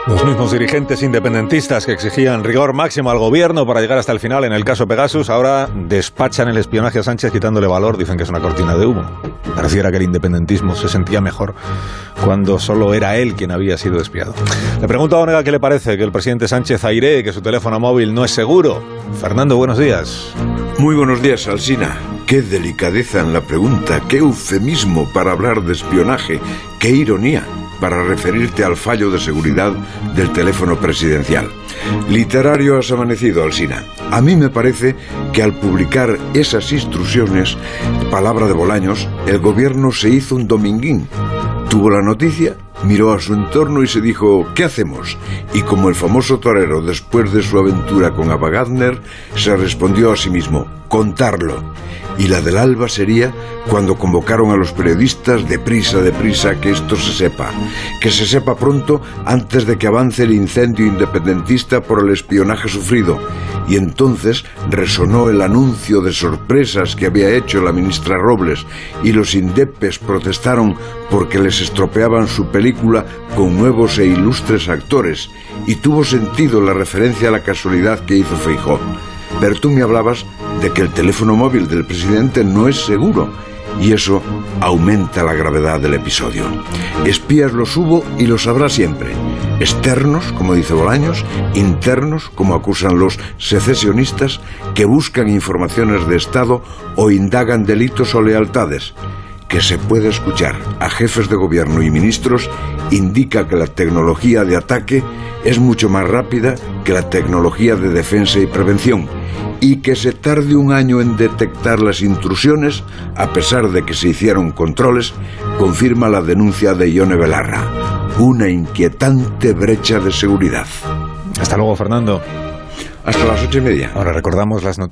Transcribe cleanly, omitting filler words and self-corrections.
Los mismos dirigentes independentistas que exigían rigor máximo al gobierno para llegar hasta el final en el caso Pegasus, ahora despachan el espionaje a Sánchez quitándole valor, dicen que es una cortina de humo. Pareciera que el independentismo se sentía mejor cuando solo era él quien había sido espiado. Le pregunto a Onega qué le parece que el presidente Sánchez airee que su teléfono móvil no es seguro. Fernando, buenos días. Muy buenos días, Alsina. Qué delicadeza en la pregunta, qué eufemismo para hablar de espionaje, qué ironía para referirte al fallo de seguridad del teléfono presidencial. Literario has amanecido, Alsina. A mí me parece que al publicar esas instrucciones, palabra de Bolaños, el gobierno se hizo un dominguín. Tuvo la noticia, miró a su entorno y se dijo, ¿qué hacemos? Y como el famoso torero, después de su aventura con Ava Gardner, se respondió a sí mismo, contarlo. Y la del alba sería cuando convocaron a los periodistas, deprisa, que esto se sepa pronto antes de que avance el incendio independentista por el espionaje sufrido. Y entonces resonó el anuncio de sorpresas que había hecho la ministra Robles y los indepes protestaron porque les estropeaban su película con nuevos e ilustres actores y tuvo sentido la referencia a la casualidad que hizo Feijóo. Pero tú me hablabas de que el teléfono móvil del presidente no es seguro y eso aumenta la gravedad del episodio. Espías los hubo y los habrá siempre. Externos, como dice Bolaños, internos, como acusan los secesionistas, que buscan informaciones de Estado o indagan delitos o lealtades. Que se puede escuchar a jefes de gobierno y ministros indica que la tecnología de ataque es mucho más rápida que la tecnología de defensa y prevención y que se tarde un año en detectar las intrusiones, a pesar de que se hicieron controles, confirma la denuncia de Ione Belarra. Una inquietante brecha de seguridad. Hasta luego, Fernando. Hasta las 8:30. Ahora recordamos las noticias.